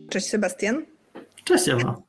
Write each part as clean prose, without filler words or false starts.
Cześć Sebastian. Cześć Ewa.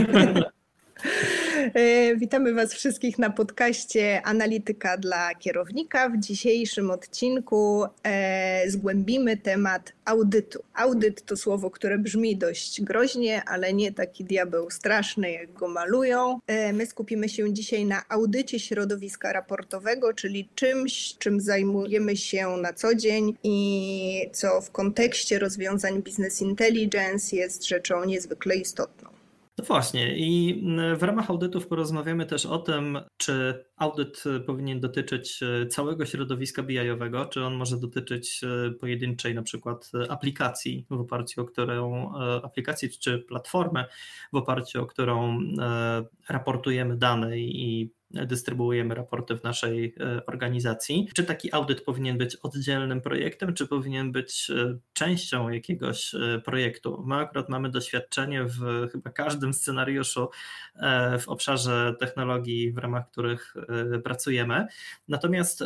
Witamy Was wszystkich na podcaście Analityka dla kierownika. W dzisiejszym odcinku zgłębimy temat audytu. Audyt to słowo, które brzmi dość groźnie, ale nie taki diabeł straszny, jak go malują. My skupimy się dzisiaj na audycie środowiska raportowego, czyli czymś, czym zajmujemy się na co dzień i co w kontekście rozwiązań business intelligence jest rzeczą niezwykle istotną. No właśnie i w ramach audytów porozmawiamy też o tym, czy audyt powinien dotyczyć całego środowiska BI-owego, czy on może dotyczyć pojedynczej na przykład aplikacji, w oparciu o którą aplikacji czy platformy, w oparciu o którą raportujemy dane i dystrybuujemy raporty w naszej organizacji. Czy taki audyt powinien być oddzielnym projektem, czy powinien być częścią jakiegoś projektu? My akurat mamy doświadczenie w chyba każdym scenariuszu w obszarze technologii, w ramach których pracujemy. Natomiast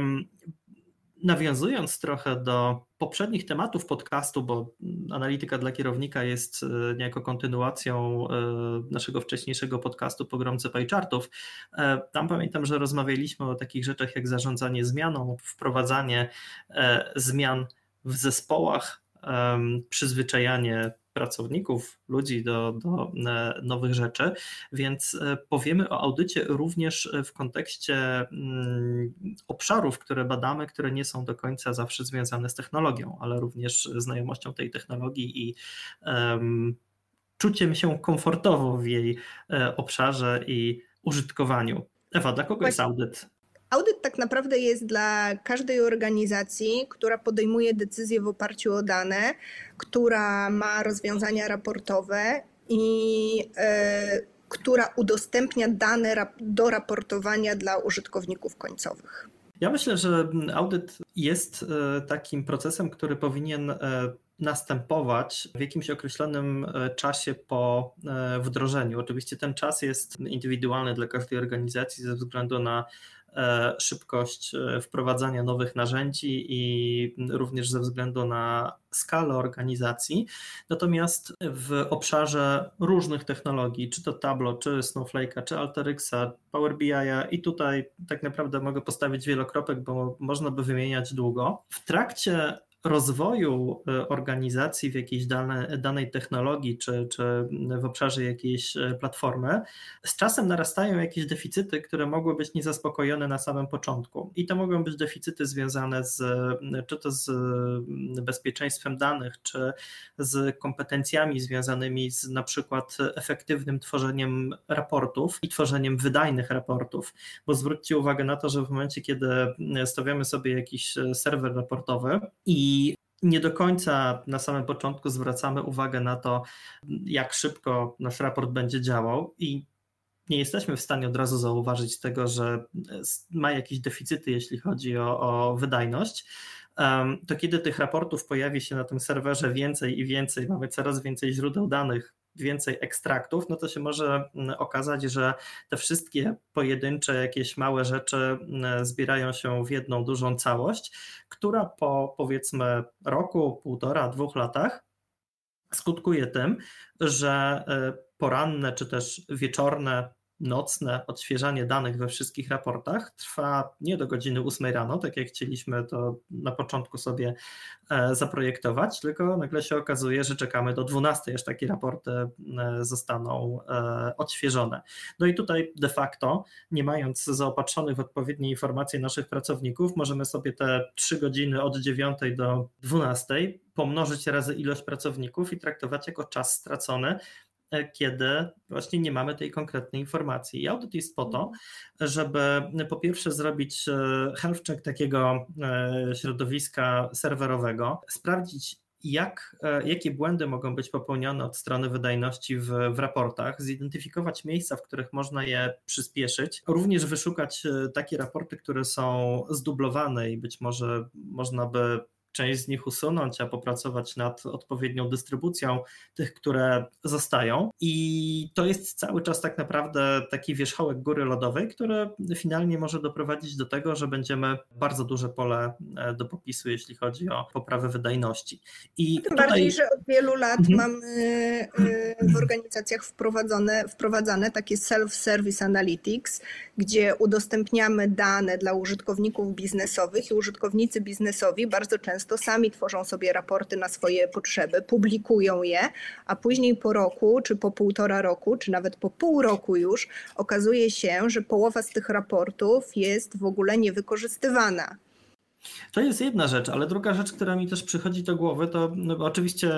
nawiązując trochę do poprzednich tematów podcastu, bo Analityka dla kierownika jest niejako kontynuacją naszego wcześniejszego podcastu Pogromcy PyChartów. Tam pamiętam, że rozmawialiśmy o takich rzeczach jak zarządzanie zmianą, wprowadzanie zmian w zespołach, przyzwyczajanie pracowników, ludzi do nowych rzeczy, więc powiemy o audycie również w kontekście obszarów, które badamy, które nie są do końca zawsze związane z technologią, ale również znajomością tej technologii i czuciem się komfortowo w jej obszarze i użytkowaniu. Ewa, dla kogo jest audyt? Audyt tak naprawdę jest dla każdej organizacji, która podejmuje decyzje w oparciu o dane, która ma rozwiązania raportowe i która udostępnia dane do raportowania dla użytkowników końcowych. Ja myślę, że audyt jest takim procesem, który powinien następować w jakimś określonym czasie po wdrożeniu. Oczywiście ten czas jest indywidualny dla każdej organizacji ze względu na szybkość wprowadzania nowych narzędzi i również ze względu na skalę organizacji. Natomiast w obszarze różnych technologii, czy to Tableau, czy Snowflake'a, czy Alteryxa, Power BI'a i tutaj tak naprawdę mogę postawić wielokropek, bo można by wymieniać długo. W trakcie rozwoju organizacji w jakiejś danej technologii czy w obszarze jakiejś platformy, z czasem narastają jakieś deficyty, które mogły być niezaspokojone na samym początku. I to mogą być deficyty związane czy to z bezpieczeństwem danych, czy z kompetencjami związanymi z na przykład efektywnym tworzeniem raportów i tworzeniem wydajnych raportów. Bo zwróćcie uwagę na to, że w momencie, kiedy stawiamy sobie jakiś serwer raportowy i nie do końca na samym początku zwracamy uwagę na to, jak szybko nasz raport będzie działał i nie jesteśmy w stanie od razu zauważyć tego, że ma jakieś deficyty, jeśli chodzi o wydajność, to kiedy tych raportów pojawi się na tym serwerze więcej i więcej, mamy coraz więcej źródeł danych, więcej ekstraktów, no to się może okazać, że te wszystkie pojedyncze jakieś małe rzeczy zbierają się w jedną dużą całość, która po powiedzmy roku, 1,5–2 latach skutkuje tym, że poranne czy też wieczorne, nocne odświeżanie danych we wszystkich raportach trwa nie do godziny 8 rano, tak jak chcieliśmy to na początku sobie zaprojektować, tylko nagle się okazuje, że czekamy do 12, aż takie raporty zostaną odświeżone. No i tutaj de facto, nie mając zaopatrzonych w odpowiednie informacje naszych pracowników, możemy sobie te 3 godziny od 9 do 12 pomnożyć razy ilość pracowników i traktować jako czas stracony, kiedy właśnie nie mamy tej konkretnej informacji. I audyt jest po to, żeby po pierwsze zrobić health check takiego środowiska serwerowego, sprawdzić jakie błędy mogą być popełnione od strony wydajności w raportach, zidentyfikować miejsca, w których można je przyspieszyć, również wyszukać takie raporty, które są zdublowane i być może można by część z nich usunąć, a popracować nad odpowiednią dystrybucją tych, które zostają. I to jest cały czas tak naprawdę taki wierzchołek góry lodowej, który finalnie może doprowadzić do tego, że będziemy bardzo duże pole do popisu, jeśli chodzi o poprawę wydajności. I tym bardziej, że od wielu lat mamy w organizacjach wprowadzane takie self-service analytics, gdzie udostępniamy dane dla użytkowników biznesowych i użytkownicy biznesowi bardzo często sami tworzą sobie raporty na swoje potrzeby, publikują je, a później po roku, czy po 1,5 roku, czy nawet po pół roku już okazuje się, że połowa z tych raportów jest w ogóle niewykorzystywana. To jest jedna rzecz, ale druga rzecz, która mi też przychodzi do głowy, to oczywiście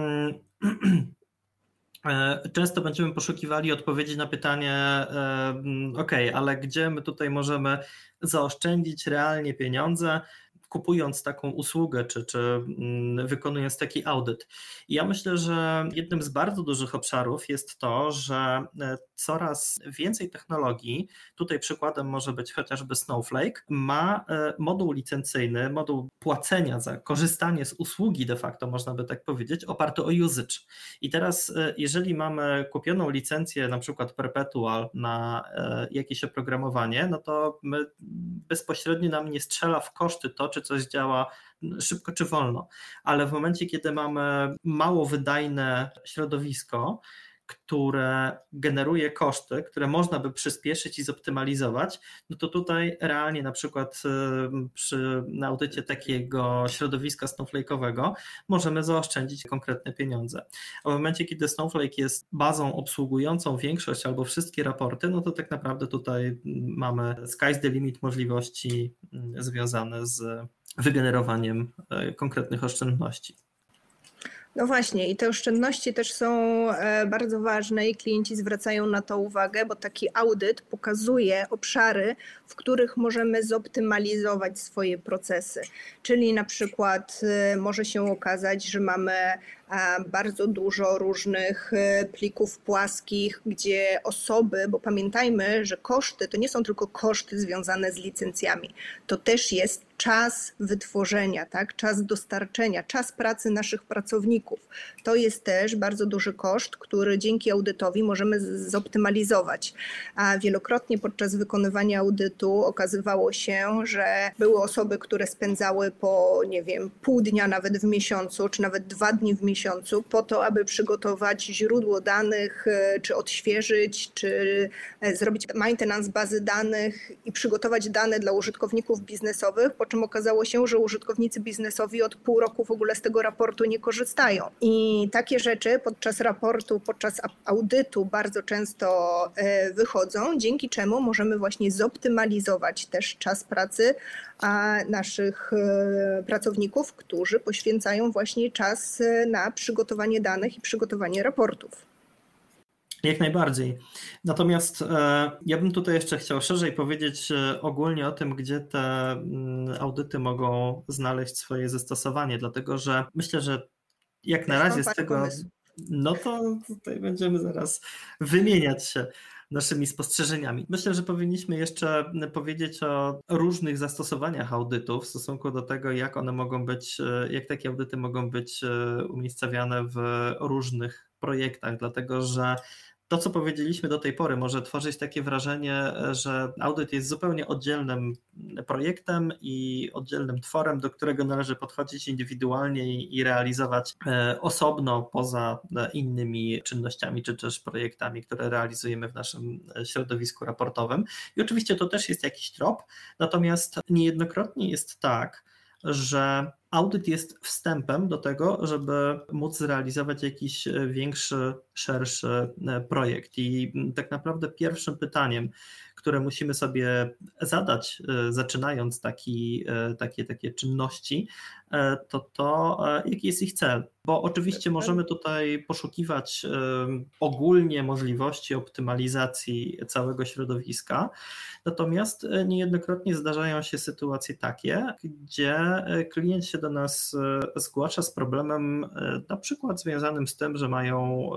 często będziemy poszukiwali odpowiedzi na pytanie, ale gdzie my tutaj możemy zaoszczędzić realnie pieniądze, kupując taką usługę, czy wykonując taki audyt. I ja myślę, że jednym z bardzo dużych obszarów jest to, że coraz więcej technologii, tutaj przykładem może być chociażby Snowflake, ma moduł licencyjny, moduł płacenia za korzystanie z usługi de facto, można by tak powiedzieć, oparty o usage. I teraz jeżeli mamy kupioną licencję, na przykład perpetual na jakieś oprogramowanie, no to bezpośrednio nam nie strzela w koszty to, czy coś działa szybko czy wolno, ale w momencie, kiedy mamy mało wydajne środowisko, które generuje koszty, które można by przyspieszyć i zoptymalizować, no to tutaj realnie na przykład na audycie takiego środowiska snowflake'owego możemy zaoszczędzić konkretne pieniądze. A w momencie, kiedy Snowflake jest bazą obsługującą większość albo wszystkie raporty, no to tak naprawdę tutaj mamy sky's the limit możliwości związane z wygenerowaniem konkretnych oszczędności. No właśnie, i te oszczędności też są bardzo ważne i klienci zwracają na to uwagę, bo taki audyt pokazuje obszary, w których możemy zoptymalizować swoje procesy. Czyli na przykład może się okazać, że mamy bardzo dużo różnych plików płaskich, gdzie osoby, bo pamiętajmy, że koszty to nie są tylko koszty związane z licencjami, to też jest czas wytworzenia, tak? Czas dostarczenia, czas pracy naszych pracowników. To jest też bardzo duży koszt, który dzięki audytowi możemy zoptymalizować. A wielokrotnie podczas wykonywania audytu okazywało się, że były osoby, które spędzały po, pół dnia nawet w miesiącu, czy nawet 2 dni w miesiącu po to, aby przygotować źródło danych, czy odświeżyć, czy zrobić maintenance bazy danych i przygotować dane dla użytkowników biznesowych, po czym okazało się, że użytkownicy biznesowi od pół roku w ogóle z tego raportu nie korzystają. I takie rzeczy podczas raportu, podczas audytu bardzo często wychodzą, dzięki czemu możemy właśnie zoptymalizować też czas pracy naszych pracowników, którzy poświęcają właśnie czas na przygotowanie danych i przygotowanie raportów. Jak najbardziej. Natomiast ja bym tutaj jeszcze chciał szerzej powiedzieć ogólnie o tym, gdzie te audyty mogą znaleźć swoje zastosowanie, dlatego że myślę, że jak na razie z tego, no to tutaj będziemy zaraz wymieniać się naszymi spostrzeżeniami. Myślę, że powinniśmy jeszcze powiedzieć o różnych zastosowaniach audytów w stosunku do tego, jak one mogą być, jak takie audyty mogą być umiejscowiane w różnych projektach, dlatego że to, co powiedzieliśmy do tej pory, może tworzyć takie wrażenie, że audyt jest zupełnie oddzielnym projektem i oddzielnym tworem, do którego należy podchodzić indywidualnie i realizować osobno poza innymi czynnościami czy też projektami, które realizujemy w naszym środowisku raportowym. I oczywiście to też jest jakiś trop, natomiast niejednokrotnie jest tak, że audyt jest wstępem do tego, żeby móc zrealizować jakiś większy, szerszy projekt. I tak naprawdę pierwszym pytaniem, które musimy sobie zadać, zaczynając takie czynności, to jaki jest ich cel. Bo oczywiście możemy tutaj poszukiwać ogólnie możliwości optymalizacji całego środowiska, natomiast niejednokrotnie zdarzają się sytuacje takie, gdzie klient się do nas zgłasza z problemem na przykład związanym z tym, że mają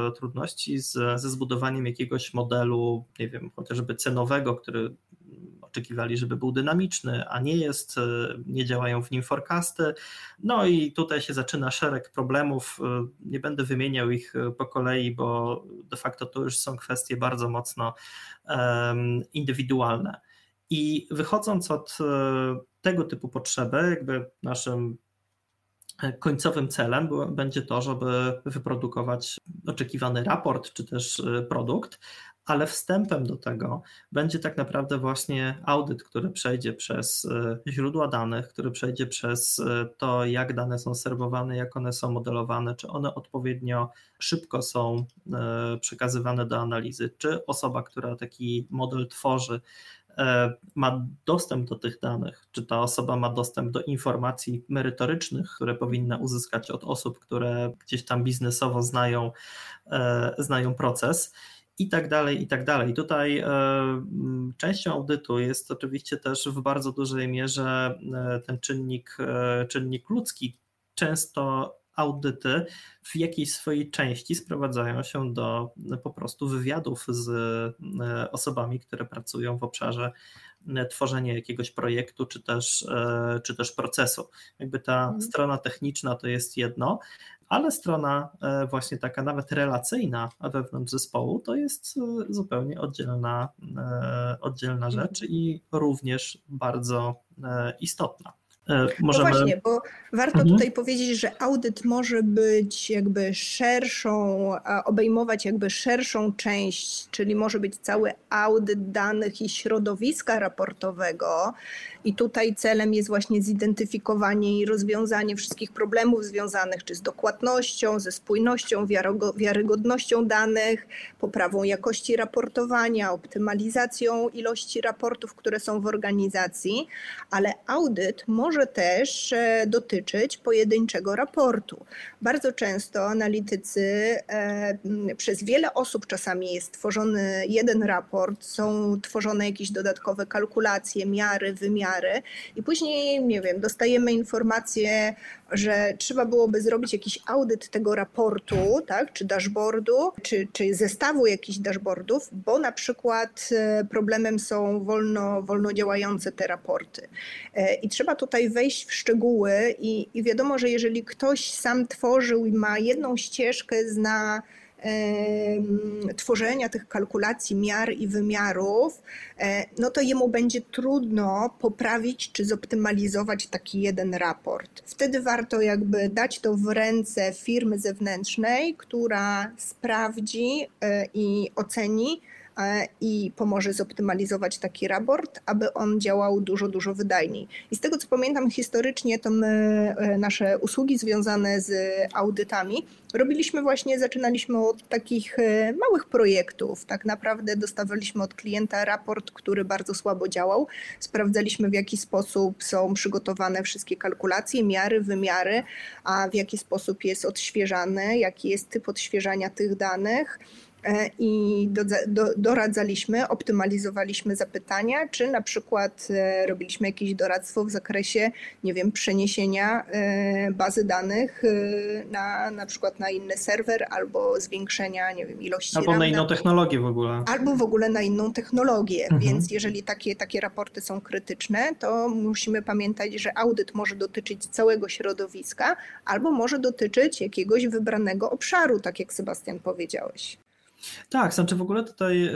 trudności ze zbudowaniem jakiegoś modelu, chociażby cenowego, który oczekiwali, żeby był dynamiczny, a nie jest, nie działają w nim forecasty. No i tutaj się zaczyna szereg problemów. Nie będę wymieniał ich po kolei, bo de facto to już są kwestie bardzo mocno indywidualne. I wychodząc od tego typu potrzeby, jakby naszym końcowym celem będzie to, żeby wyprodukować oczekiwany raport czy też produkt, ale wstępem do tego będzie tak naprawdę właśnie audyt, który przejdzie przez źródła danych, który przejdzie przez to, jak dane są serwowane, jak one są modelowane, czy one odpowiednio szybko są przekazywane do analizy, czy osoba, która taki model tworzy, ma dostęp do tych danych, czy ta osoba ma dostęp do informacji merytorycznych, które powinna uzyskać od osób, które gdzieś tam biznesowo znają proces i tak dalej, i tak dalej. Tutaj częścią audytu jest oczywiście też w bardzo dużej mierze ten czynnik ludzki. Często audyty w jakiejś swojej części sprowadzają się do po prostu wywiadów z osobami, które pracują w obszarze tworzenia jakiegoś projektu czy też procesu. Jakby ta strona techniczna to jest jedno, ale strona właśnie taka nawet relacyjna wewnątrz zespołu to jest zupełnie oddzielna rzecz i również bardzo istotna. Możemy... No właśnie, bo warto tutaj powiedzieć, że audyt może być jakby obejmować jakby szerszą część, czyli może być cały audyt danych i środowiska raportowego i tutaj celem jest właśnie zidentyfikowanie i rozwiązanie wszystkich problemów związanych czy z dokładnością, ze spójnością, wiarygodnością danych, poprawą jakości raportowania, optymalizacją ilości raportów, które są w organizacji, ale audyt może też dotyczyć pojedynczego raportu. Bardzo często analitycy, przez wiele osób czasami jest tworzony jeden raport, są tworzone jakieś dodatkowe kalkulacje, miary, wymiary i później, nie wiem, dostajemy informację, że trzeba byłoby zrobić jakiś audyt tego raportu, tak, czy dashboardu, czy zestawu jakichś dashboardów, bo na przykład problemem są wolno działające te raporty. I trzeba tutaj wejść w szczegóły i wiadomo, że jeżeli ktoś sam tworzył i ma jedną ścieżkę, zna tworzenia tych kalkulacji miar i wymiarów, no to jemu będzie trudno poprawić czy zoptymalizować taki jeden raport. Wtedy warto jakby dać to w ręce firmy zewnętrznej, która sprawdzi i oceni i pomoże zoptymalizować taki raport, aby on działał dużo wydajniej. I z tego co pamiętam historycznie, to my nasze usługi związane z audytami zaczynaliśmy od takich małych projektów. Tak naprawdę dostawaliśmy od klienta raport, który bardzo słabo działał. Sprawdzaliśmy, w jaki sposób są przygotowane wszystkie kalkulacje, miary, wymiary, a w jaki sposób jest odświeżany, jaki jest typ odświeżania tych danych. I doradzaliśmy, optymalizowaliśmy zapytania, czy na przykład robiliśmy jakieś doradztwo w zakresie, nie wiem, przeniesienia bazy danych na przykład na inny serwer albo zwiększenia, nie wiem, ilości albo na inną technologię w ogóle. Albo w ogóle na inną technologię, więc jeżeli takie raporty są krytyczne, to musimy pamiętać, że audyt może dotyczyć całego środowiska albo może dotyczyć jakiegoś wybranego obszaru, tak jak Sebastian powiedziałeś. Tak, znaczy w ogóle tutaj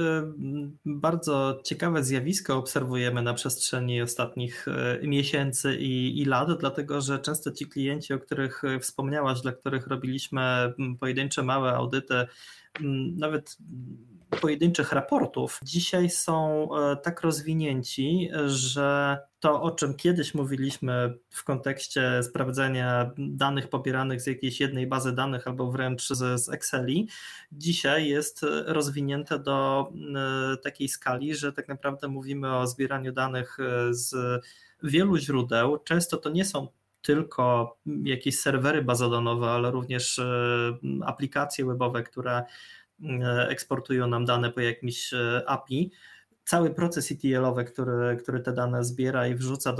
bardzo ciekawe zjawisko obserwujemy na przestrzeni ostatnich miesięcy i lat, dlatego że często ci klienci, o których wspomniałaś, dla których robiliśmy pojedyncze małe audyty, nawet pojedynczych raportów, dzisiaj są tak rozwinięci, że to, o czym kiedyś mówiliśmy w kontekście sprawdzenia danych pobieranych z jakiejś jednej bazy danych albo wręcz z Exceli, dzisiaj jest rozwinięte do takiej skali, że tak naprawdę mówimy o zbieraniu danych z wielu źródeł. Często to nie są tylko jakieś serwery bazodonowe, ale również aplikacje webowe, które eksportują nam dane po jakimś API. Cały proces ETL-owy, który te dane zbiera i wrzuca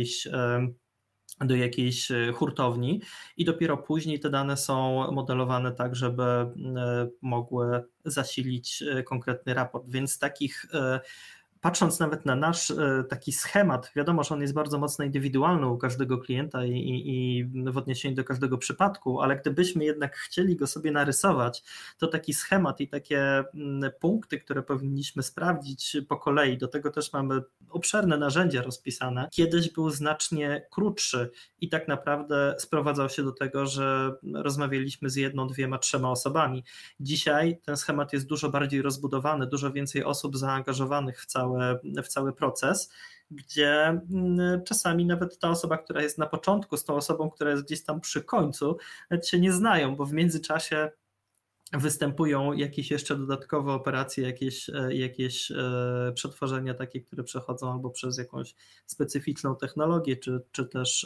do jakiejś hurtowni i dopiero później te dane są modelowane tak, żeby mogły zasilić konkretny raport, więc takich patrząc nawet na nasz taki schemat, wiadomo, że on jest bardzo mocno indywidualny u każdego klienta i w odniesieniu do każdego przypadku, ale gdybyśmy jednak chcieli go sobie narysować, to taki schemat i takie punkty, które powinniśmy sprawdzić po kolei, do tego też mamy obszerne narzędzia rozpisane, kiedyś był znacznie krótszy i tak naprawdę sprowadzał się do tego, że rozmawialiśmy z 1, 2, 3 osobami. Dzisiaj ten schemat jest dużo bardziej rozbudowany, dużo więcej osób zaangażowanych w cały proces, gdzie czasami nawet ta osoba, która jest na początku, z tą osobą, która jest gdzieś tam przy końcu, nawet się nie znają, bo w międzyczasie występują jakieś jeszcze dodatkowe operacje, jakieś przetworzenia takie, które przechodzą albo przez jakąś specyficzną technologię, czy też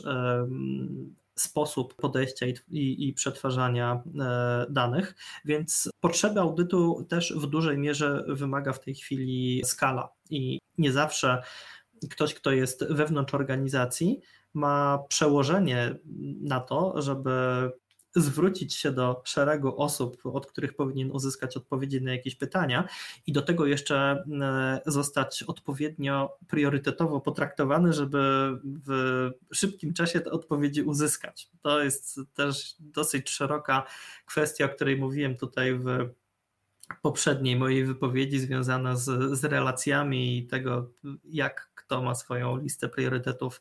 sposób podejścia i przetwarzania danych, więc potrzeby audytu też w dużej mierze wymaga w tej chwili skala i nie zawsze ktoś, kto jest wewnątrz organizacji, ma przełożenie na to, żeby zwrócić się do szeregu osób, od których powinien uzyskać odpowiedzi na jakieś pytania i do tego jeszcze zostać odpowiednio priorytetowo potraktowany, żeby w szybkim czasie te odpowiedzi uzyskać. To jest też dosyć szeroka kwestia, o której mówiłem tutaj w poprzedniej mojej wypowiedzi, związana z relacjami i tego, jak kto ma swoją listę priorytetów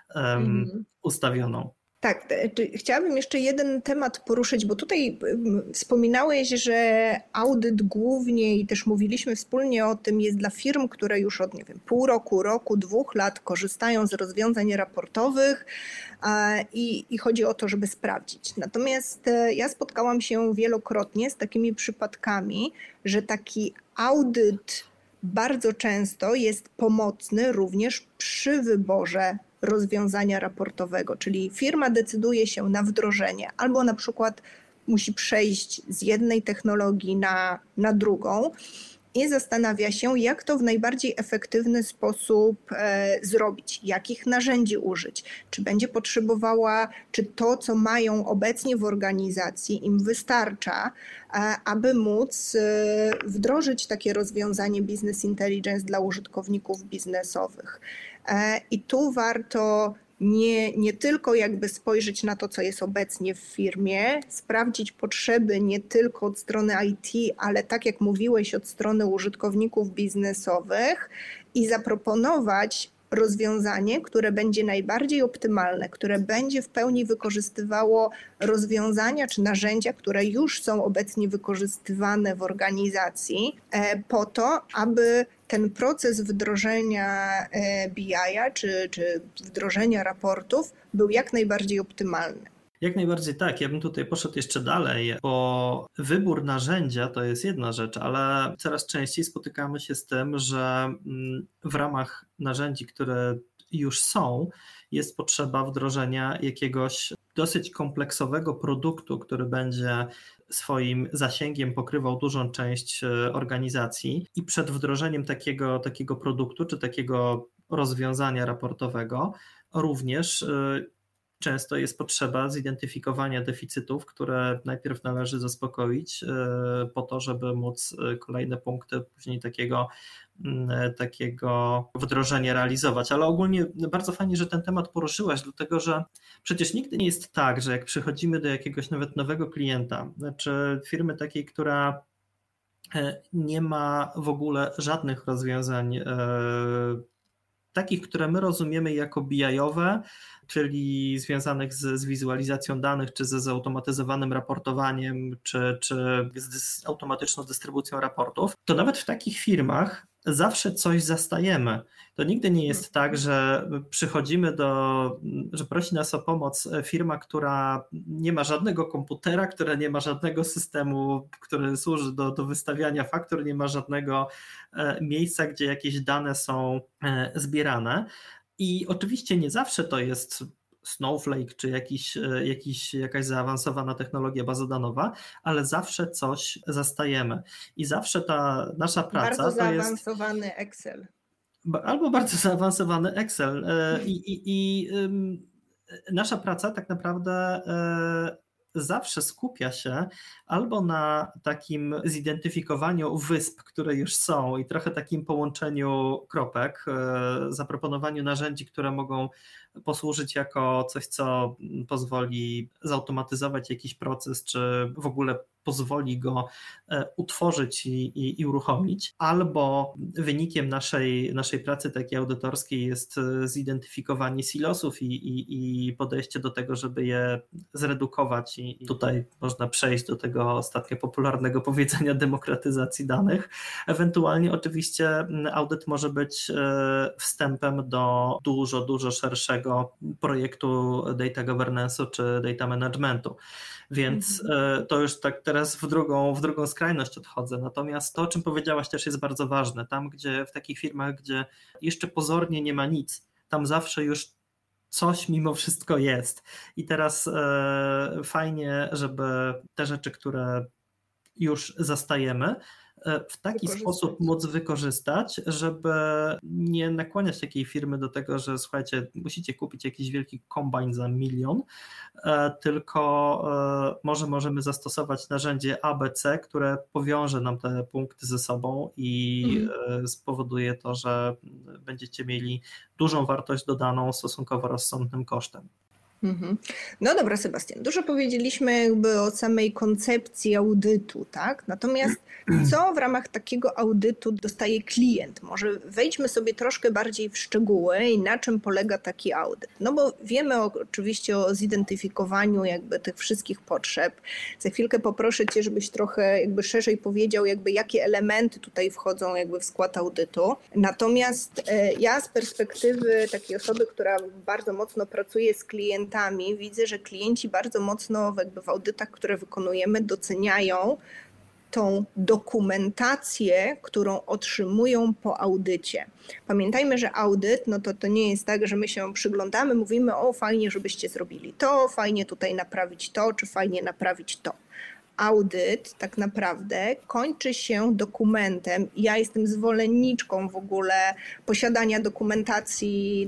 ustawioną. Tak, chciałabym jeszcze jeden temat poruszyć, bo tutaj wspominałeś, że audyt głównie i też mówiliśmy wspólnie o tym, jest dla firm, które już od, nie wiem, pół roku, 2 lat korzystają z rozwiązań raportowych i chodzi o to, żeby sprawdzić. Natomiast ja spotkałam się wielokrotnie z takimi przypadkami, że taki audyt bardzo często jest pomocny również przy wyborze rozwiązania raportowego, czyli firma decyduje się na wdrożenie albo na przykład musi przejść z jednej technologii na drugą i zastanawia się, jak to w najbardziej efektywny sposób zrobić, jakich narzędzi użyć, czy będzie potrzebowała, czy to, co mają obecnie w organizacji, im wystarcza, aby móc wdrożyć takie rozwiązanie Business Intelligence dla użytkowników biznesowych. I tu warto nie tylko jakby spojrzeć na to, co jest obecnie w firmie, sprawdzić potrzeby nie tylko od strony IT, ale tak jak mówiłeś, od strony użytkowników biznesowych i zaproponować rozwiązanie, które będzie najbardziej optymalne, które będzie w pełni wykorzystywało rozwiązania czy narzędzia, które już są obecnie wykorzystywane w organizacji, po to, aby ten proces wdrożenia BI-a czy wdrożenia raportów był jak najbardziej optymalny. Jak najbardziej tak. Ja bym tutaj poszedł jeszcze dalej, bo wybór narzędzia to jest jedna rzecz, ale coraz częściej spotykamy się z tym, że w ramach narzędzi, które już są, jest potrzeba wdrożenia jakiegoś dosyć kompleksowego produktu, który będzie swoim zasięgiem pokrywał dużą część organizacji i przed wdrożeniem takiego produktu czy takiego rozwiązania raportowego również często jest potrzeba zidentyfikowania deficytów, które najpierw należy zaspokoić po to, żeby móc kolejne punkty później takiego wdrożenia realizować. Ale ogólnie bardzo fajnie, że ten temat poruszyłaś, dlatego że przecież nigdy nie jest tak, że jak przychodzimy do jakiegoś nawet nowego klienta, czy firmy takiej, która nie ma w ogóle żadnych rozwiązań takich, które my rozumiemy jako BI-owe, czyli związanych z wizualizacją danych, czy ze zautomatyzowanym raportowaniem, czy z automatyczną dystrybucją raportów, to nawet w takich firmach zawsze coś zastajemy. To nigdy nie jest tak, że przychodzimy że prosi nas o pomoc firma, która nie ma żadnego komputera, która nie ma żadnego systemu, który służy do wystawiania faktur, nie ma żadnego miejsca, gdzie jakieś dane są zbierane. I oczywiście nie zawsze to jest Snowflake czy jakaś zaawansowana technologia bazodanowa, ale zawsze coś zastajemy. I zawsze ta nasza praca bardzo to jest... zaawansowany Excel. Albo bardzo zaawansowany Excel. I nasza praca tak naprawdę zawsze skupia się albo na takim zidentyfikowaniu wysp, które już są i trochę takim połączeniu kropek, zaproponowaniu narzędzi, które mogą posłużyć jako coś, co pozwoli zautomatyzować jakiś proces, czy w ogóle pozwoli go utworzyć i uruchomić, albo wynikiem naszej pracy takiej audytorskiej jest zidentyfikowanie silosów i podejście do tego, żeby je zredukować i tutaj można przejść do tego ostatnio popularnego powiedzenia demokratyzacji danych. Ewentualnie oczywiście audyt może być wstępem do dużo szerszego projektu data governance'u czy data managementu. Więc to już tak teraz w drugą skrajność odchodzę. Natomiast to, o czym powiedziałaś, też jest bardzo ważne. Tam, gdzie w takich firmach, gdzie jeszcze pozornie nie ma nic, tam zawsze już coś mimo wszystko jest. I teraz fajnie, żeby te rzeczy, które już zastajemy, w taki sposób móc wykorzystać, żeby nie nakłaniać takiej firmy do tego, że słuchajcie, musicie kupić jakiś wielki kombajn za 1 milion, tylko może możemy zastosować narzędzie ABC, które powiąże nam te punkty ze sobą i spowoduje to, że będziecie mieli dużą wartość dodaną stosunkowo rozsądnym kosztem. No dobra, Sebastian, dużo powiedzieliśmy jakby o samej koncepcji audytu, tak? Natomiast co w ramach takiego audytu dostaje klient? Może wejdźmy sobie troszkę bardziej w szczegóły i na czym polega taki audyt. No bo wiemy oczywiście o zidentyfikowaniu jakby tych wszystkich potrzeb. Za chwilkę poproszę Cię, żebyś trochę jakby szerzej powiedział, jakby jakie elementy tutaj wchodzą jakby w skład audytu. Natomiast ja z perspektywy takiej osoby, która bardzo mocno pracuje z klientami, widzę, że klienci bardzo mocno jakby w audytach, które wykonujemy, doceniają tą dokumentację, którą otrzymują po audycie. Pamiętajmy, że audyt, no to nie jest tak, że my się przyglądamy, mówimy, o fajnie, żebyście zrobili to, fajnie tutaj naprawić to, czy fajnie naprawić to. Audyt tak naprawdę kończy się dokumentem. Ja jestem zwolenniczką w ogóle posiadania dokumentacji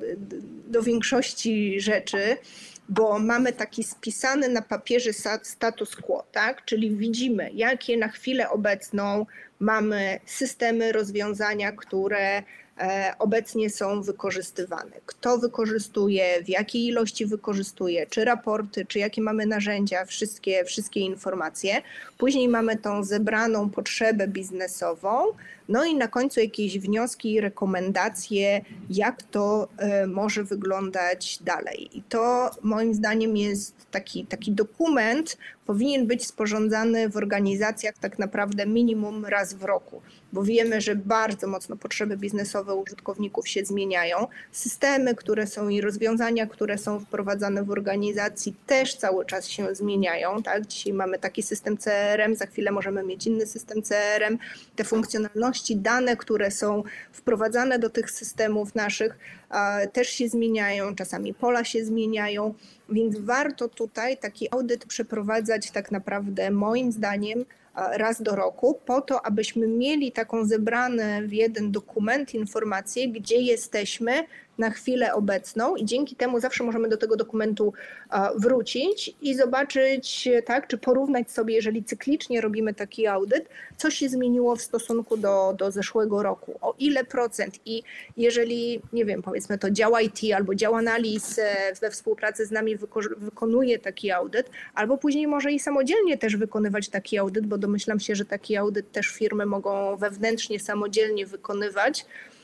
do większości rzeczy, bo mamy taki spisany na papierze status quo, tak? Czyli widzimy, jakie na chwilę obecną mamy systemy, rozwiązania, które obecnie są wykorzystywane. Kto wykorzystuje, w jakiej ilości wykorzystuje, czy raporty, czy jakie mamy narzędzia, wszystkie informacje. Później mamy tą zebraną potrzebę biznesową, no i na końcu jakieś wnioski i rekomendacje, jak to może wyglądać dalej. I to moim zdaniem jest taki dokument, powinien być sporządzany w organizacjach tak naprawdę minimum raz w roku, bo wiemy, że bardzo mocno potrzeby biznesowe użytkowników się zmieniają. Systemy, które są i rozwiązania, które są wprowadzane w organizacji, też cały czas się zmieniają. Tak? Dzisiaj mamy taki system CRM, za chwilę możemy mieć inny system CRM. Te funkcjonalności, dane, które są wprowadzane do tych systemów naszych, też się zmieniają, czasami pola się zmieniają, więc warto tutaj taki audyt przeprowadzać tak naprawdę moim zdaniem raz do roku, po to, abyśmy mieli taką zebrane w jeden dokument informację, gdzie jesteśmy na chwilę obecną i dzięki temu zawsze możemy do tego dokumentu wrócić i zobaczyć, tak, czy porównać sobie, jeżeli cyklicznie robimy taki audyt, co się zmieniło w stosunku do zeszłego roku, o ile procent i jeżeli, nie wiem, powiedzmy to dział IT albo dział analiz we współpracy z nami wykonuje taki audyt, albo później może i samodzielnie też wykonywać taki audyt, bo domyślam się, że taki audyt też firmy mogą wewnętrznie, samodzielnie wykonywać,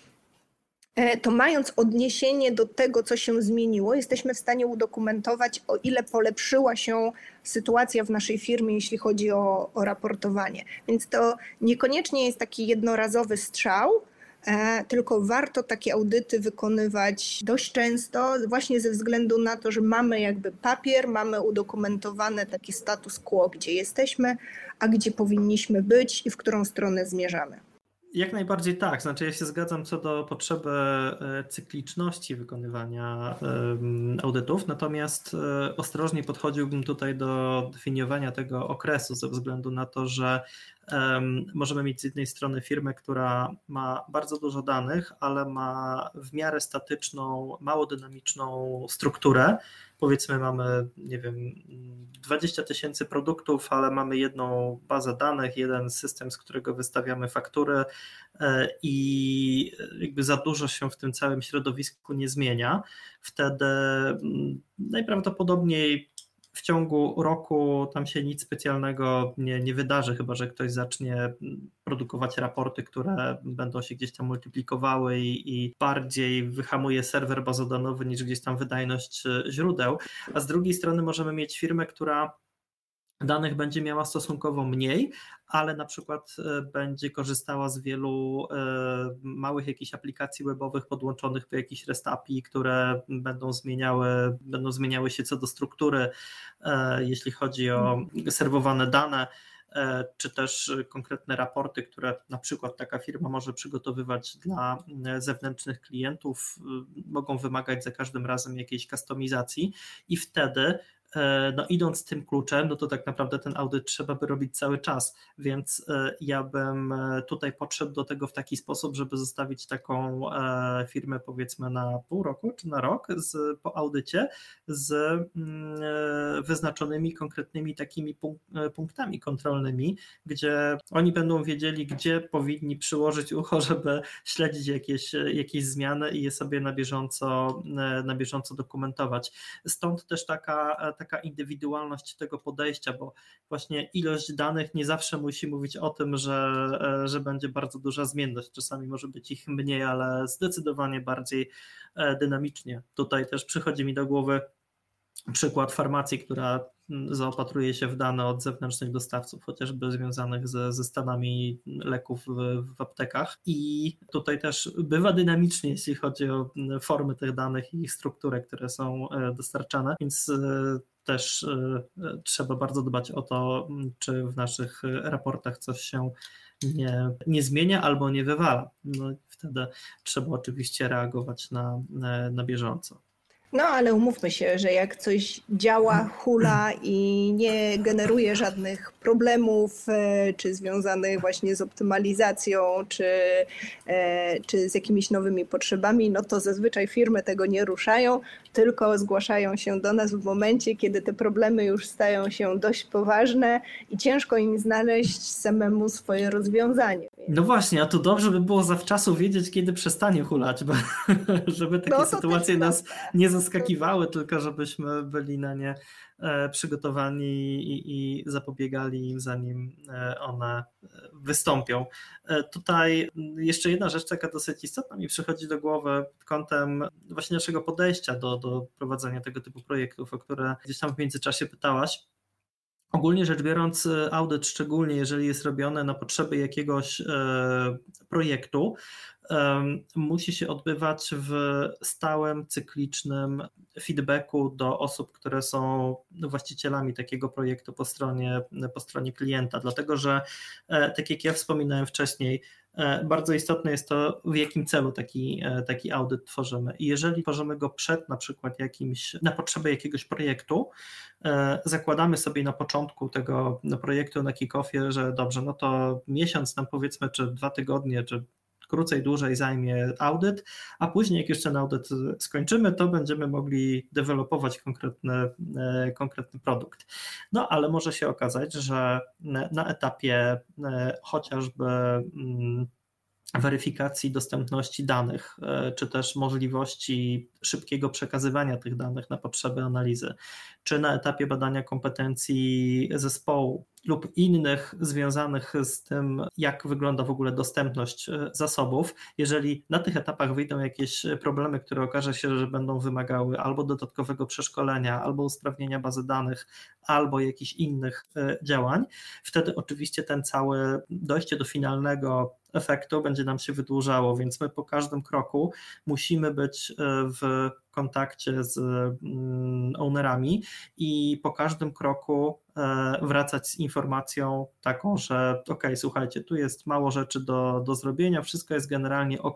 to mając odniesienie do tego, co się zmieniło, jesteśmy w stanie udokumentować, o ile polepszyła się sytuacja w naszej firmie, jeśli chodzi o raportowanie. Więc to niekoniecznie jest taki jednorazowy strzał, tylko warto takie audyty wykonywać dość często, właśnie ze względu na to, że mamy jakby papier, mamy udokumentowane taki status quo, gdzie jesteśmy, a gdzie powinniśmy być i w którą stronę zmierzamy. Jak najbardziej tak, znaczy ja się zgadzam co do potrzeby cykliczności wykonywania audytów, natomiast ostrożnie podchodziłbym tutaj do definiowania tego okresu ze względu na to, że możemy mieć z jednej strony firmę, która ma bardzo dużo danych, ale ma w miarę statyczną, mało dynamiczną strukturę. Powiedzmy mamy, nie wiem, 20 000 produktów, ale mamy jedną bazę danych, jeden system, z którego wystawiamy faktury i jakby za dużo się w tym całym środowisku nie zmienia. Wtedy najprawdopodobniej w ciągu roku tam się nic specjalnego nie wydarzy, chyba że ktoś zacznie produkować raporty, które będą się gdzieś tam multiplikowały i bardziej wyhamuje serwer bazodanowy niż gdzieś tam wydajność źródeł. A z drugiej strony możemy mieć firmę, która danych będzie miała stosunkowo mniej, ale na przykład będzie korzystała z wielu małych jakichś aplikacji webowych podłączonych do jakichś REST API, które będą zmieniały się co do struktury, jeśli chodzi o serwowane dane, czy też konkretne raporty, które na przykład taka firma może przygotowywać dla zewnętrznych klientów, mogą wymagać za każdym razem jakiejś kustomizacji i wtedy idąc tym kluczem, no to tak naprawdę ten audyt trzeba by robić cały czas, więc ja bym tutaj podszedł do tego w taki sposób, żeby zostawić taką firmę powiedzmy na pół roku czy na rok po audycie z wyznaczonymi konkretnymi takimi punktami kontrolnymi, gdzie oni będą wiedzieli, gdzie powinni przyłożyć ucho, żeby śledzić jakieś zmiany i je sobie na bieżąco dokumentować. Stąd też taka indywidualność tego podejścia, bo właśnie ilość danych nie zawsze musi mówić o tym, że będzie bardzo duża zmienność. Czasami może być ich mniej, ale zdecydowanie bardziej dynamicznie. Tutaj też przychodzi mi do głowy przykład farmacji, która zaopatruje się w dane od zewnętrznych dostawców, chociażby związanych ze stanami leków w aptekach i tutaj też bywa dynamicznie, jeśli chodzi o formy tych danych i ich strukturę, które są dostarczane, więc też trzeba bardzo dbać o to, czy w naszych raportach coś się nie zmienia albo nie wywala. No, wtedy trzeba oczywiście reagować na bieżąco. No ale umówmy się, że jak coś działa, hula i nie generuje żadnych problemów, czy związanych właśnie z optymalizacją, czy z jakimiś nowymi potrzebami, no to zazwyczaj firmy tego nie ruszają, tylko zgłaszają się do nas w momencie, kiedy te problemy już stają się dość poważne i ciężko im znaleźć samemu swoje rozwiązanie. No właśnie, a to dobrze by było zawczasu wiedzieć, kiedy przestanie hulać, bo żeby takie sytuacje nas nie zaskakiwały, tylko żebyśmy byli na nie przygotowani i zapobiegali im, zanim one wystąpią. Tutaj jeszcze jedna rzecz taka dosyć istotna mi przychodzi do głowy pod kątem właśnie naszego podejścia do prowadzenia tego typu projektów, o które gdzieś tam w międzyczasie pytałaś. Ogólnie rzecz biorąc, audyt, szczególnie jeżeli jest robiony na potrzeby jakiegoś projektu, musi się odbywać w stałym, cyklicznym feedbacku do osób, które są właścicielami takiego projektu po stronie klienta, dlatego że, tak jak ja wspominałem wcześniej, bardzo istotne jest to, w jakim celu taki audyt tworzymy. I jeżeli tworzymy go na przykład na potrzeby jakiegoś projektu, zakładamy sobie na początku tego projektu na kick-offie, że dobrze, no to miesiąc nam powiedzmy, czy 2 tygodnie, czy krócej, dłużej zajmie audyt, a później jak już ten audyt skończymy, to będziemy mogli dewelopować konkretny produkt. No ale może się okazać, że na etapie chociażby weryfikacji dostępności danych, czy też możliwości szybkiego przekazywania tych danych na potrzeby analizy, czy na etapie badania kompetencji zespołu lub innych związanych z tym, jak wygląda w ogóle dostępność zasobów. Jeżeli na tych etapach wyjdą jakieś problemy, które okaże się, że będą wymagały albo dodatkowego przeszkolenia, albo usprawnienia bazy danych, albo jakichś innych działań, wtedy oczywiście ten cały dojście do finalnego efektu będzie nam się wydłużało, więc my po każdym kroku musimy być w kontakcie z ownerami i po każdym kroku wracać z informacją taką, że ok, słuchajcie, tu jest mało rzeczy do zrobienia, wszystko jest generalnie ok,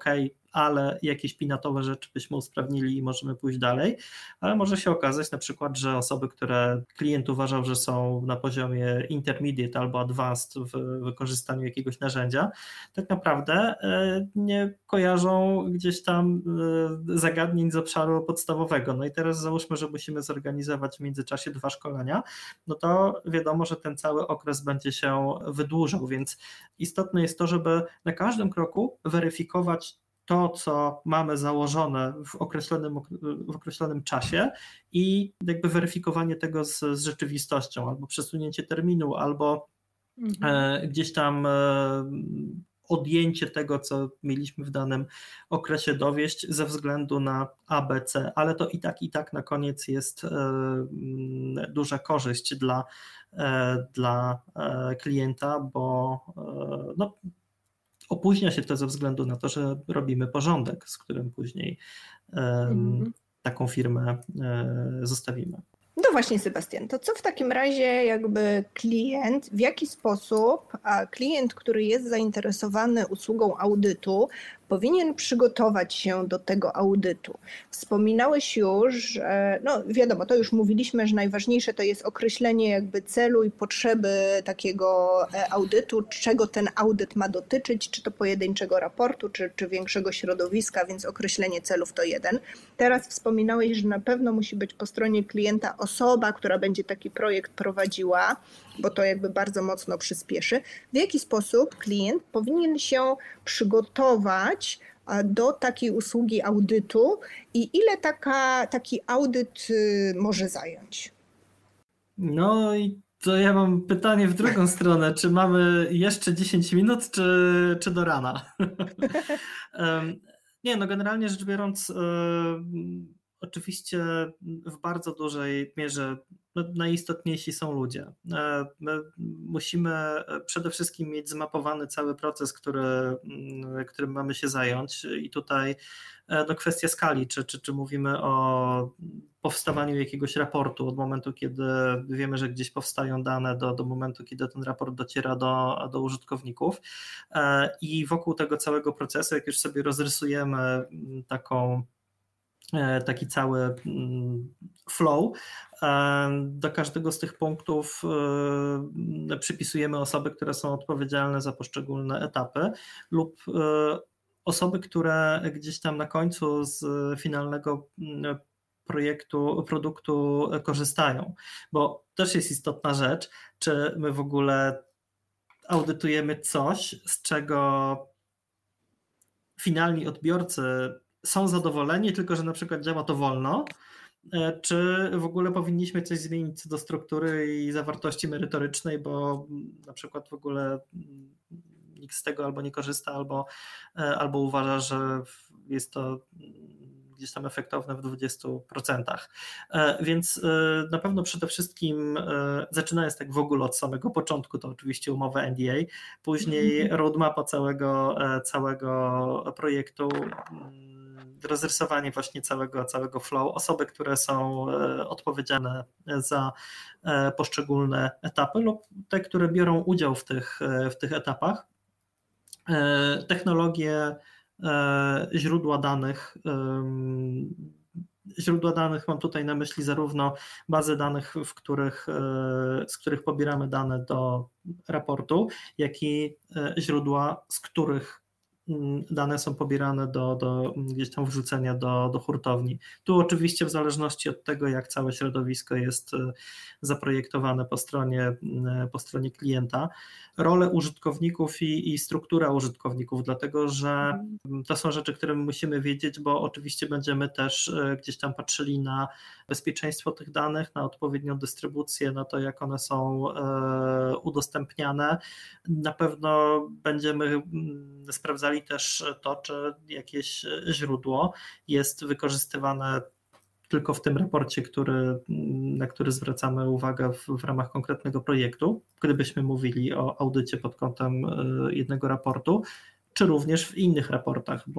ale jakieś pinatowe rzeczy byśmy usprawnili i możemy pójść dalej, ale może się okazać na przykład, że osoby, które klient uważał, że są na poziomie intermediate albo advanced w wykorzystaniu jakiegoś narzędzia, tak naprawdę nie kojarzą gdzieś tam zagadnień z obszaru podstawowego. No i teraz załóżmy, że musimy zorganizować w międzyczasie 2 szkolenia, no to wiadomo, że ten cały okres będzie się wydłużał, więc istotne jest to, żeby na każdym kroku weryfikować to, co mamy założone w określonym czasie i jakby weryfikowanie tego z rzeczywistością, albo przesunięcie terminu, albo gdzieś tam odjęcie tego, co mieliśmy w danym okresie dowieść ze względu na A, B, C, ale to i tak na koniec jest duża korzyść dla klienta, bo no, opóźnia się to ze względu na to, że robimy porządek, z którym później taką firmę zostawimy. No właśnie, Sebastian, to co w takim razie jakby klient, w jaki sposób klient, który jest zainteresowany usługą audytu, powinien przygotować się do tego audytu? Wspominałeś już, że no wiadomo, to już mówiliśmy, że najważniejsze to jest określenie jakby celu i potrzeby takiego audytu, czego ten audyt ma dotyczyć, czy to pojedynczego raportu, czy większego środowiska, więc określenie celów to jeden. Teraz wspominałeś, że na pewno musi być po stronie klienta osoba, która będzie taki projekt prowadziła, bo to jakby bardzo mocno przyspieszy. W jaki sposób klient powinien się przygotować do takiej usługi audytu i ile taki audyt może zająć? No i to ja mam pytanie w drugą stronę. Czy mamy jeszcze 10 minut, czy do rana? Nie, no generalnie rzecz biorąc, oczywiście w bardzo dużej mierze najistotniejsi są ludzie. My musimy przede wszystkim mieć zmapowany cały proces, którym mamy się zająć i tutaj no, kwestia skali, czy mówimy o powstawaniu jakiegoś raportu od momentu, kiedy wiemy, że gdzieś powstają dane do momentu, kiedy ten raport dociera do użytkowników i wokół tego całego procesu, jak już sobie rozrysujemy taki cały flow. Do każdego z tych punktów przypisujemy osoby, które są odpowiedzialne za poszczególne etapy lub osoby, które gdzieś tam na końcu z finalnego produktu korzystają, bo też jest istotna rzecz, czy my w ogóle audytujemy coś, z czego finalni odbiorcy są zadowoleni, tylko że na przykład działa to wolno, czy w ogóle powinniśmy coś zmienić co do struktury i zawartości merytorycznej, bo na przykład w ogóle nikt z tego albo nie korzysta, albo uważa, że jest to gdzieś tam efektowne w 20%. Więc na pewno przede wszystkim zaczynając tak w ogóle od samego początku, to oczywiście umowa NDA, później roadmapa całego projektu, rozrysowanie właśnie całego flow, osoby, które są odpowiedzialne za poszczególne etapy lub te, które biorą udział w tych etapach, technologie, źródła danych. Źródła danych mam tutaj na myśli zarówno bazy danych, z których pobieramy dane do raportu, jak i źródła, z których dane są pobierane do gdzieś tam wrzucenia do hurtowni. Tu oczywiście w zależności od tego, jak całe środowisko jest zaprojektowane po stronie klienta, role użytkowników i struktura użytkowników, dlatego że to są rzeczy, które musimy wiedzieć, bo oczywiście będziemy też gdzieś tam patrzyli na bezpieczeństwo tych danych, na odpowiednią dystrybucję, na to, jak one są udostępniane. Na pewno będziemy sprawdzali też to, czy jakieś źródło jest wykorzystywane tylko w tym raporcie, na który zwracamy uwagę w ramach konkretnego projektu, gdybyśmy mówili o audycie pod kątem jednego raportu, czy również w innych raportach, bo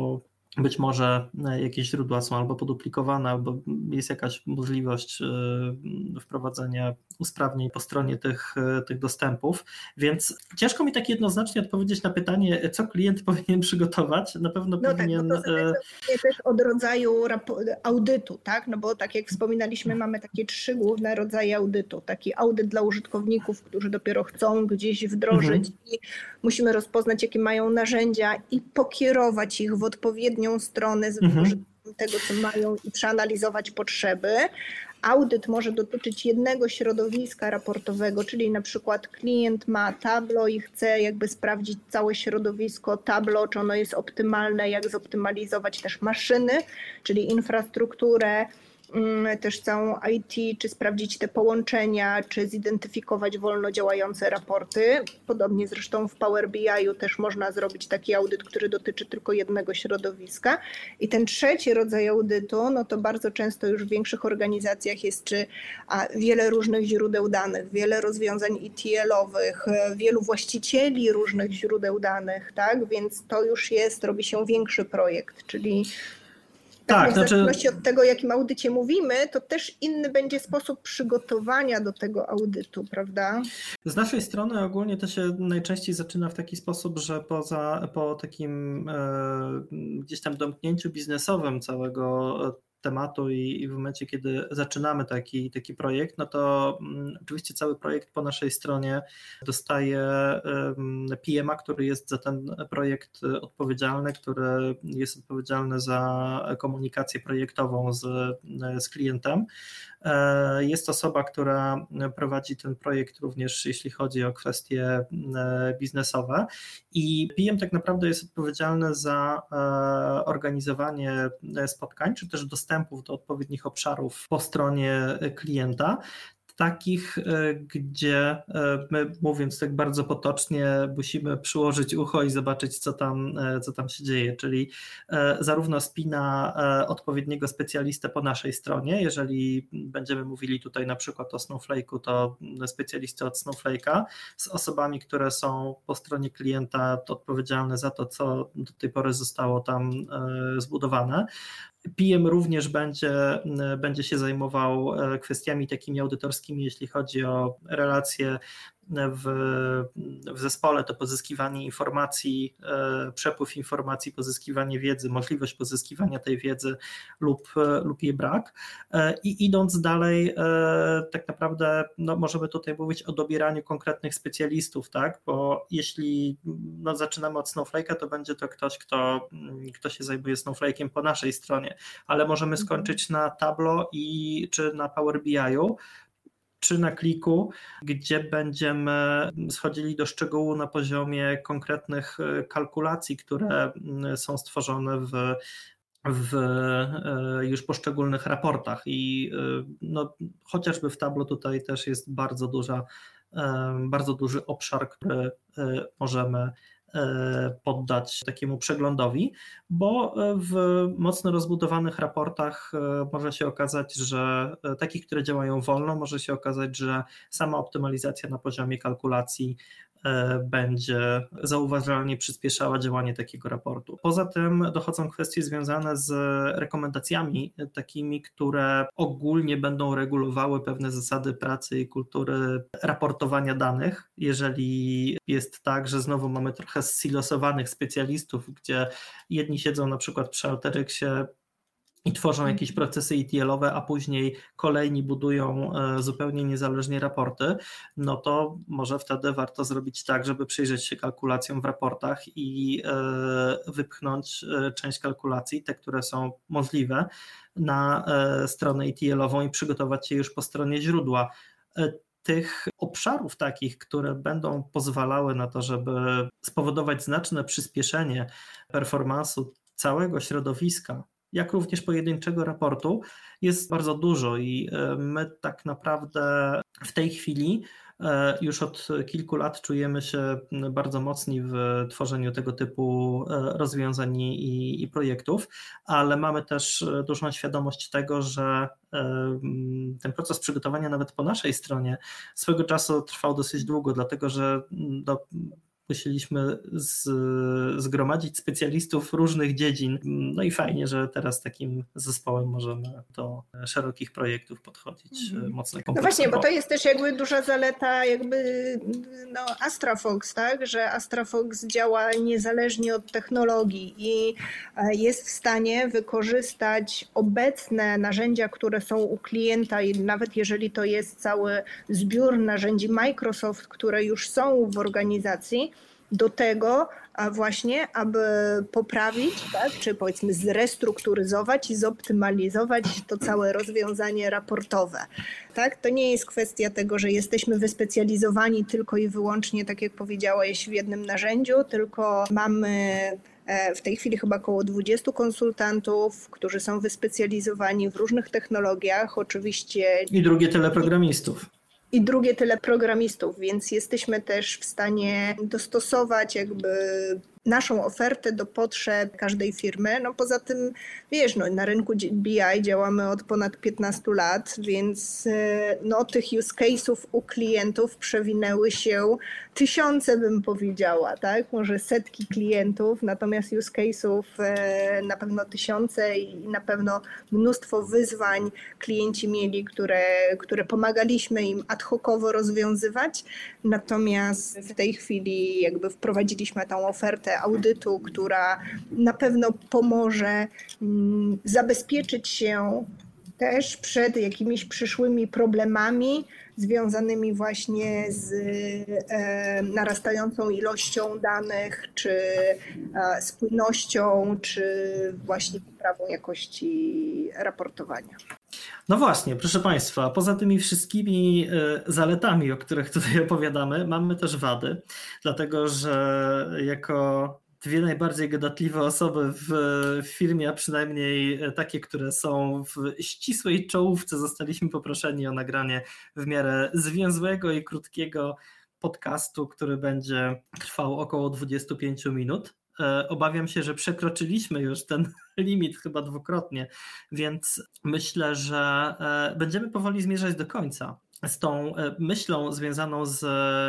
być może jakieś źródła są albo poduplikowane, albo jest jakaś możliwość wprowadzenia usprawnień po stronie tych dostępów, więc ciężko mi tak jednoznacznie odpowiedzieć na pytanie, co klient powinien przygotować. Na pewno powinien... Tak, bo to zależy też od rodzaju audytu, tak? No bo tak jak wspominaliśmy, mamy takie 3 główne rodzaje audytu. Taki audyt dla użytkowników, którzy dopiero chcą gdzieś wdrożyć i musimy rozpoznać, jakie mają narzędzia i pokierować ich w odpowiednią stronę z wykorzystaniem tego, co mają i przeanalizować potrzeby. Audyt może dotyczyć jednego środowiska raportowego, czyli na przykład klient ma Tableau i chce jakby sprawdzić całe środowisko Tableau, czy ono jest optymalne, jak zoptymalizować też maszyny, czyli infrastrukturę, też całą IT, czy sprawdzić te połączenia, czy zidentyfikować wolno działające raporty. Podobnie zresztą w Power BI-u też można zrobić taki audyt, który dotyczy tylko jednego środowiska. I ten trzeci rodzaj audytu, no to bardzo często już w większych organizacjach jest wiele różnych źródeł danych, wiele rozwiązań ETL-owych, wielu właścicieli różnych źródeł danych, tak? Więc to już robi się większy projekt, czyli w zależności od tego, o jakim audycie mówimy, to też inny będzie sposób przygotowania do tego audytu, prawda? Z naszej strony ogólnie to się najczęściej zaczyna w taki sposób, że po takim gdzieś tam domknięciu biznesowym całego tematu i w momencie, kiedy zaczynamy taki projekt, no to oczywiście cały projekt po naszej stronie dostaje PM-a, który jest za ten projekt odpowiedzialny, który jest odpowiedzialny za komunikację projektową z klientem. Jest osoba, która prowadzi ten projekt również jeśli chodzi o kwestie biznesowe i PM tak naprawdę jest odpowiedzialny za organizowanie spotkań, czy też dostępów do odpowiednich obszarów po stronie klienta, takich, gdzie my, mówiąc tak bardzo potocznie, musimy przyłożyć ucho i zobaczyć, co tam się dzieje, czyli zarówno spina odpowiedniego specjalistę po naszej stronie, jeżeli będziemy mówili tutaj na przykład o Snowflake'u, to specjalisty od Snowflake'a z osobami, które są po stronie klienta odpowiedzialne za to, co do tej pory zostało tam zbudowane. PM również będzie się zajmował kwestiami takimi audytorskimi, jeśli chodzi o relacje w zespole, to pozyskiwanie informacji, przepływ informacji, pozyskiwanie wiedzy, możliwość pozyskiwania tej wiedzy lub jej brak. I idąc dalej, tak naprawdę możemy tutaj mówić o dobieraniu konkretnych specjalistów, tak? Bo jeśli zaczynamy od Snowflake'a, to będzie to ktoś, kto się zajmuje Snowflake'iem po naszej stronie, ale możemy skończyć na Tableau czy na Power BI-u, czy na Kliku, gdzie będziemy schodzili do szczegółu na poziomie konkretnych kalkulacji, które są stworzone w już poszczególnych raportach i chociażby w Tableau tutaj też jest bardzo duży obszar, który możemy poddać takiemu przeglądowi, bo w mocno rozbudowanych raportach może się okazać, że takich, które działają wolno, może się okazać, że sama optymalizacja na poziomie kalkulacji będzie zauważalnie przyspieszała działanie takiego raportu. Poza tym dochodzą kwestie związane z rekomendacjami takimi, które ogólnie będą regulowały pewne zasady pracy i kultury raportowania danych. Jeżeli jest tak, że znowu mamy trochę zsilosowanych specjalistów, gdzie jedni siedzą na przykład przy Alteryxie i tworzą jakieś procesy ETL-owe, a później kolejni budują zupełnie niezależnie raporty, no to może wtedy warto zrobić tak, żeby przyjrzeć się kalkulacjom w raportach i wypchnąć część kalkulacji, te, które są możliwe, na stronę ETL-ową i przygotować je już po stronie źródła. Tych obszarów takich, które będą pozwalały na to, żeby spowodować znaczne przyspieszenie performansu całego środowiska, jak również pojedynczego raportu, jest bardzo dużo i my tak naprawdę w tej chwili już od kilku lat czujemy się bardzo mocni w tworzeniu tego typu rozwiązań i projektów, ale mamy też dużą świadomość tego, że ten proces przygotowania nawet po naszej stronie swego czasu trwał dosyć długo, dlatego że musieliśmy zgromadzić specjalistów różnych dziedzin. No i fajnie, że teraz takim zespołem możemy do szerokich projektów podchodzić mocno kompleksowo. No właśnie, bo to jest też jakby duża zaleta AstraFox, tak? Że AstraFox działa niezależnie od technologii i jest w stanie wykorzystać obecne narzędzia, które są u klienta i nawet jeżeli to jest cały zbiór narzędzi Microsoft, które już są w organizacji, do tego właśnie, aby poprawić, tak, czy powiedzmy zrestrukturyzować i zoptymalizować to całe rozwiązanie raportowe. Tak? To nie jest kwestia tego, że jesteśmy wyspecjalizowani tylko i wyłącznie, tak jak powiedziałeś, w jednym narzędziu, tylko mamy w tej chwili chyba około 20 konsultantów, którzy są wyspecjalizowani w różnych technologiach, oczywiście. I drugie tyle programistów. I drugie tyle programistów, więc jesteśmy też w stanie dostosować jakby naszą ofertę do potrzeb każdej firmy. No poza tym, wiesz, na rynku BI działamy od ponad 15 lat, więc tych use case'ów u klientów przewinęły się tysiące, bym powiedziała, tak? Może setki klientów, natomiast use case'ów na pewno tysiące i na pewno mnóstwo wyzwań klienci mieli, które pomagaliśmy im ad hocowo rozwiązywać. Natomiast w tej chwili jakby wprowadziliśmy tą ofertę audytu, która na pewno pomoże zabezpieczyć się też przed jakimiś przyszłymi problemami związanymi właśnie z narastającą ilością danych, czy spójnością, czy właśnie poprawą jakości raportowania. No właśnie, proszę Państwa, poza tymi wszystkimi zaletami, o których tutaj opowiadamy, mamy też wady, dlatego że jako dwie najbardziej gadatliwe osoby w firmie, a przynajmniej takie, które są w ścisłej czołówce, zostaliśmy poproszeni o nagranie w miarę zwięzłego i krótkiego podcastu, który będzie trwał około 25 minut. Obawiam się, że przekroczyliśmy już ten limit chyba dwukrotnie, więc myślę, że będziemy powoli zmierzać do końca. Z tą myślą związaną z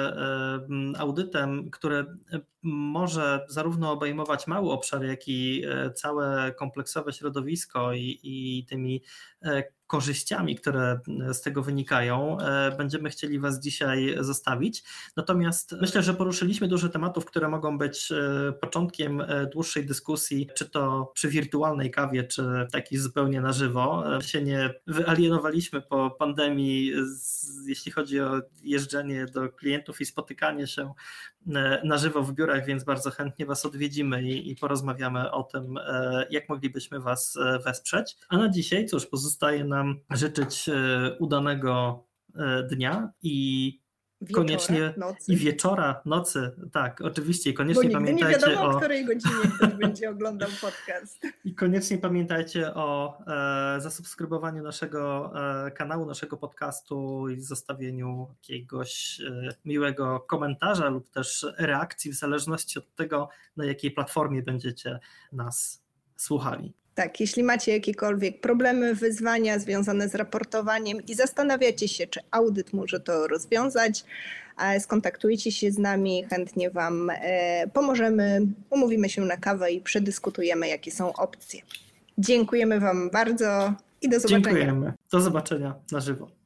audytem, który może zarówno obejmować mały obszar, jak i całe kompleksowe środowisko i tymi korzyściami, które z tego wynikają, będziemy chcieli Was dzisiaj zostawić. Natomiast myślę, że poruszyliśmy dużo tematów, które mogą być początkiem dłuższej dyskusji, czy to przy wirtualnej kawie, czy takiej zupełnie na żywo. Się nie wyalienowaliśmy po pandemii, jeśli chodzi o jeżdżenie do klientów i spotykanie się na żywo w biurach, więc bardzo chętnie Was odwiedzimy i porozmawiamy o tym, jak moglibyśmy Was wesprzeć. A na dzisiaj, cóż, pozostaje nam życzyć udanego dnia i koniecznie nocy. I wieczora, nocy, tak, oczywiście. I koniecznie bo nigdy pamiętajcie nie wiadomo, o której godzinie ktoś będzie oglądał podcast. I koniecznie pamiętajcie o zasubskrybowaniu naszego kanału, naszego podcastu i zostawieniu jakiegoś miłego komentarza lub też reakcji w zależności od tego, na jakiej platformie będziecie nas słuchali. Tak, jeśli macie jakiekolwiek problemy, wyzwania związane z raportowaniem i zastanawiacie się, czy audyt może to rozwiązać, skontaktujcie się z nami, chętnie Wam pomożemy, umówimy się na kawę i przedyskutujemy, jakie są opcje. Dziękujemy Wam bardzo i do zobaczenia. Dziękujemy. Do zobaczenia na żywo.